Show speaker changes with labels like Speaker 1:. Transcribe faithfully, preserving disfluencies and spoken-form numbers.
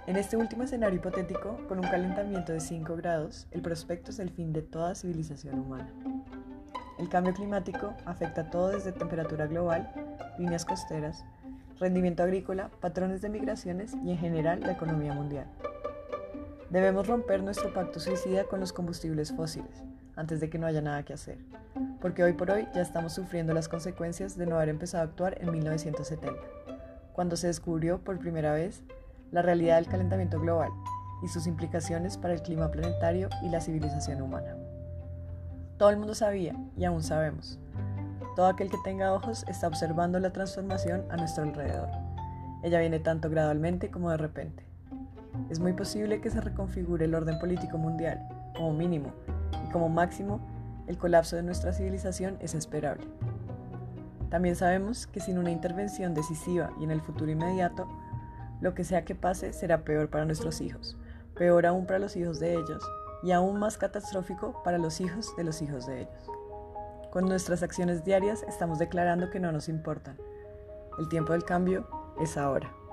Speaker 1: En este último escenario hipotético, con un calentamiento de cinco grados, el prospecto es el fin de toda civilización humana. El cambio climático afecta todo desde temperatura global, líneas costeras, rendimiento agrícola, patrones de migraciones y en general la economía mundial. Debemos romper nuestro pacto suicida con los combustibles fósiles, antes de que no haya nada que hacer, porque hoy por hoy ya estamos sufriendo las consecuencias de no haber empezado a actuar en mil novecientos setenta, cuando se descubrió por primera vez la realidad del calentamiento global y sus implicaciones para el clima planetario y la civilización humana. Todo el mundo sabía, y aún sabemos. Todo aquel que tenga ojos está observando la transformación a nuestro alrededor. Ella viene tanto gradualmente como de repente. Es muy posible que se reconfigure el orden político mundial, como mínimo, y como máximo, el colapso de nuestra civilización es esperable. También sabemos que sin una intervención decisiva y en el futuro inmediato, lo que sea que pase será peor para nuestros hijos, peor aún para los hijos de ellos, y aún más catastrófico para los hijos de los hijos de ellos. Con nuestras acciones diarias estamos declarando que no nos importan. El tiempo del cambio es ahora.